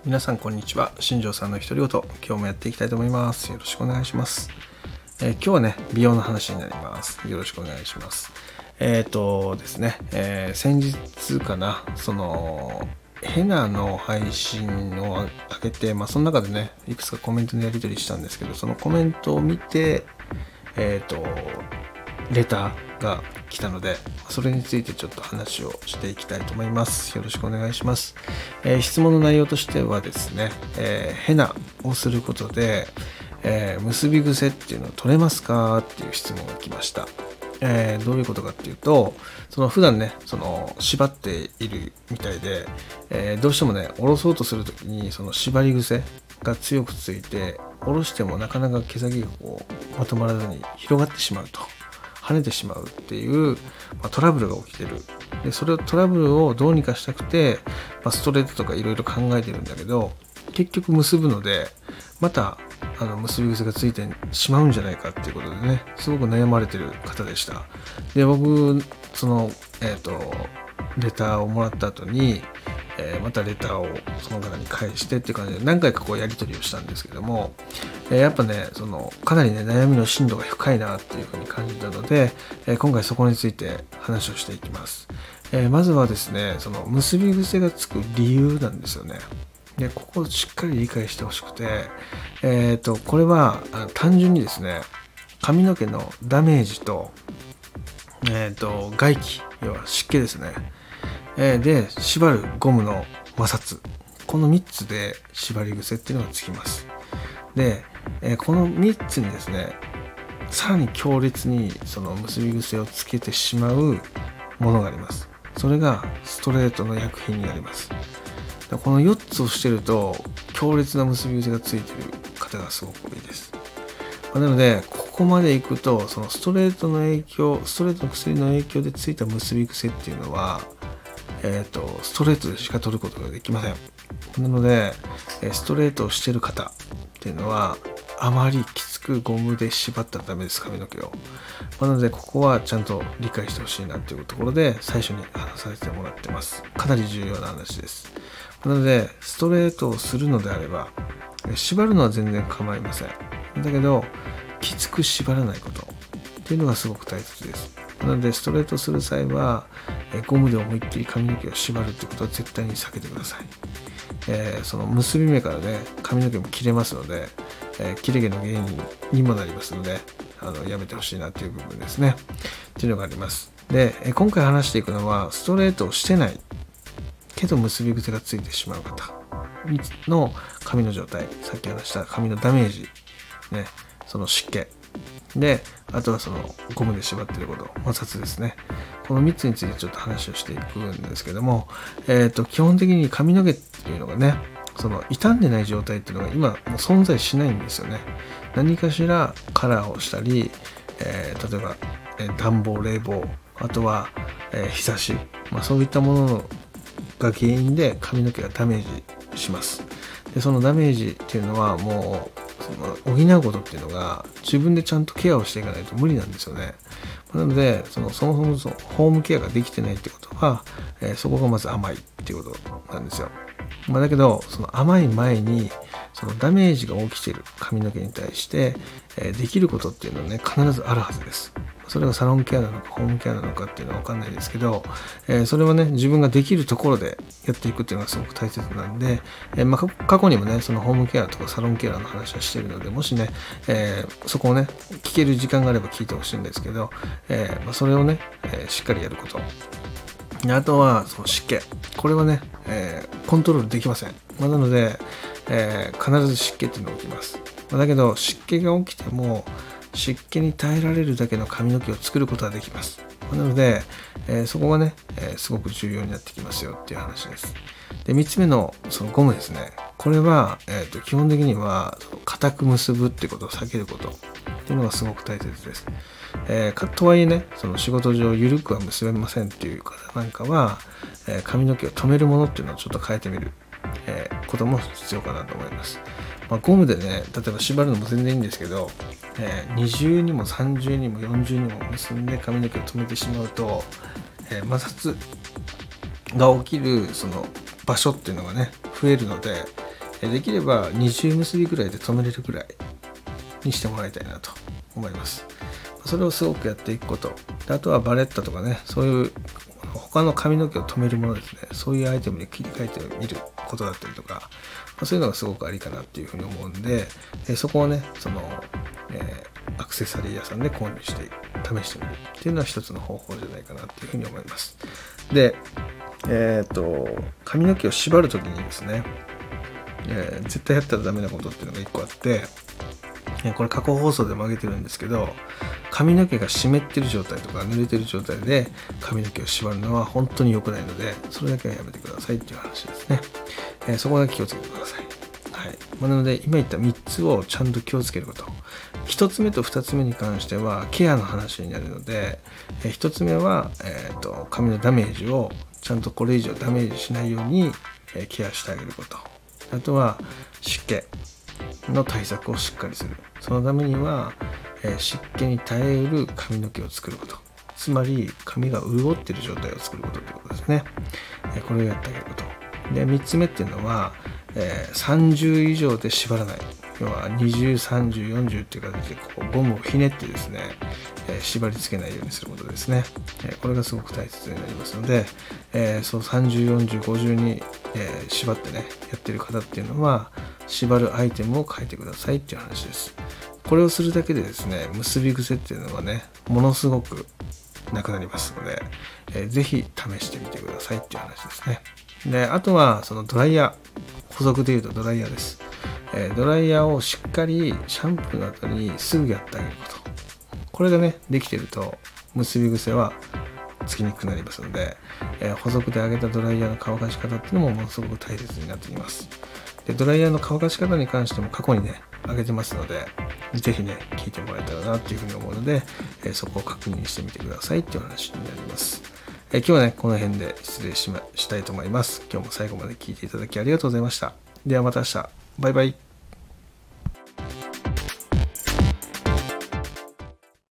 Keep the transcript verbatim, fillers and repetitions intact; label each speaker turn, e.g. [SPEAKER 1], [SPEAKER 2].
[SPEAKER 1] 皆さんこんにちは。新庄さんの独り言、今日もやっていきたいと思います。よろしくお願いします。えー、今日はね、美容の話になります。よろしくお願いします。えっ、ー、とですね、えー、先日かな、そのヘナの配信を上げて、まあその中でね、いくつかコメントのやり取りしたんですけど、そのコメントを見て、えっ、ー、とレターが来たので、それについてちょっと話をしていきたいと思います。よろしくお願いします。えー、質問の内容としてはですね、えー、ヘナをすることで、えー、結び癖っていうのを取れますかっていう質問が来ました。えー、どういうことかっていうと、その普段ね、その縛っているみたいで、えー、どうしてもね、下ろそうとするときにその縛り癖が強くついて、下ろしてもなかなか毛先がこうまとまらずに広がってしまうと。跳ねてしまうっていう、まあ、トラブルが起きてる。で、それをトラブルをどうにかしたくて、まあ、ストレートとかいろいろ考えてるんだけど、結局結ぶので、またあの結び癖がついてしまうんじゃないかっていうことでね、すごく悩まれてる方でした。で、僕、その、えっと、レターをもらった後に、えー、またレターをその方に返してっていう感じで何回かこうやり取りをしたんですけども、えー、やっぱねそのかなりね悩みの深度が深いなっていうふうに感じたので、えー、今回そこについて話をしていきます。えー、まずはですねその結び癖がつく理由なんですよね。でここをしっかり理解してほしくて、えー、とこれは単純にですね髪の毛のダメージと、えー、と外気要は湿気ですねで縛るゴムの摩擦、このみっつで縛り癖っていうのがつきます。でこのみっつにですねさらに強烈にその結び癖をつけてしまうものがあります。それがストレートの薬品になります。このよっつをしてると強烈な結び癖がついている方がすごく多いです。なのでここまでいくとそのストレートの影響ストレートの薬の影響でついた結び癖っていうのはえーと、ストレートでしか取ることができません。なのでストレートをしている方っていうのはあまりきつくゴムで縛ったらダメです、髪の毛を。なのでここはちゃんと理解してほしいなというところで最初に話させてもらってます。かなり重要な話です。なのでストレートをするのであれば縛るのは全然構いません。だけどきつく縛らないことっていうのがすごく大切です。なのでストレートする際はゴムで思いっきり髪の毛を縛るってことは絶対に避けてください。えー、その結び目からね髪の毛も切れますので、えー、切れ毛の原因にもなりますのであのやめてほしいなという部分ですねっていうのがあります。で、えー、今回話していくのはストレートをしてないけど結び癖がついてしまう方の髪の状態、さっき話した髪のダメージ、ね、その湿気で、あとはそのゴムで縛っていること、摩擦ですね。このみっつについてちょっと話をしていくんですけども、えっと、基本的に髪の毛っていうのがね、その傷んでない状態っていうのが今もう存在しないんですよね。何かしらカラーをしたり、えー、例えば、えー、暖房、冷房、あとは、えー、日差し、まあ、そういったものが原因で髪の毛がダメージします。で、そのダメージっていうのはもう補うことっていうのが自分でちゃんとケアをしていかないと無理なんですよね。なのでそのそもそもそのホームケアができてないってことは、えー、そこがまず甘いっていうことなんですよ。まあ、だけどその甘い前にそのダメージが起きている髪の毛に対して、えー、できることっていうのはね必ずあるはずです。それがサロンケアなのかホームケアなのかっていうのは分かんないですけど、えー、それはね自分ができるところでやっていくっていうのがすごく大切なんで、えーまあ、過去にもねそのホームケアとかサロンケアの話はしているので、もしね、えー、そこをね聞ける時間があれば聞いてほしいんですけど、えーまあ、それをね、えー、しっかりやること。あとはその湿気、これはね、えー、コントロールできません。まあ、なので、えー、必ず湿気っていうのが起きます。まあ、だけど湿気が起きても湿気に耐えられるだけの髪の毛を作ることができます。なので、えー、そこがね、えー、すごく重要になってきますよっていう話です。で、みっつめのそのゴムですね。これは、えーと、基本的には固く結ぶってことを避けることっていうのがすごく大切です。えー、とはいえね、その仕事上緩くは結べませんっていう方なんかは、えー、髪の毛を留めるものっていうのをちょっと変えてみる、えー、ことも必要かなと思います。まあ、ゴムでね、例えば縛るのも全然いいんですけど、えー、二重にも三重にも四重にも結んで髪の毛を留めてしまうと、えー、摩擦が起きるその場所っていうのがね増えるので、 できれば二重結びぐらいで止めれるぐらいにしてもらいたいなと思います。それをすごくやっていくこと。あとはバレッタとかね、そういう他の髪の毛を留めるものですね、そういうアイテムに切り替えてみることだったりとか、そういうのがすごくありかなっていうふうに思うんで、そこをね、その、えー、アクセサリー屋さんで購入して試してみるっていうのは一つの方法じゃないかなっていうふうに思います。で、えっと、髪の毛を縛るときにですね、えー、絶対やったらダメなことっていうのが一個あって、これ過去放送でも挙げてるんですけど、髪の毛が湿ってる状態とか濡れてる状態で髪の毛を縛るのは本当に良くないので、それだけはやめてくださいっていう話ですね。えー、そこだけ気をつけてください。はい。まあ、なので今言ったみっつをちゃんと気をつけること。ひとつめとふたつめに関してはケアの話になるので、えー、ひとつめは、えーと、髪のダメージをちゃんとこれ以上ダメージしないように、えー、ケアしてあげること。あとは湿気の対策をしっかりする。そのためには、えー、湿気に耐えうる髪の毛を作ること。つまり髪が潤っている状態を作ることということですね。えー、これをやってあげること。で、みっつめっていうのは、えー、さんじゅう以上で縛らない。要はにじゅう、さんじゅう、よんじゅうっていう形でこうゴムをひねってですね、えー、縛り付けないようにすることですね。えー、これがすごく大切になりますので、えー、そうさんじゅう、よんじゅう、ごじゅうに、えー、縛ってね、やってる方っていうのは、縛るアイテムを変えてくださいっていう話です。これをするだけでですね、結び癖っていうのはね、ものすごくなくなりますので、えー、ぜひ試してみてくださいっていう話ですね。で、あとはそのドライヤー、補足で言うとドライヤーです。えー、ドライヤーをしっかりシャンプーの後にすぐやってあげること。これがね、できてると結び癖はつきにくくなりますので、えー、補足で上げたドライヤーの乾かし方っていうのもものすごく大切になっています。で、ドライヤーの乾かし方に関しても過去にね、上げてますので、ぜひね、聞いてもらえたらなっていうふうに思うので、えー、そこを確認してみてくださいっていう話になります。えー、今日はね、この辺で失礼しま、したいと思います。今日も最後まで聞いていただきありがとうございました。ではまた明日。バイバイ。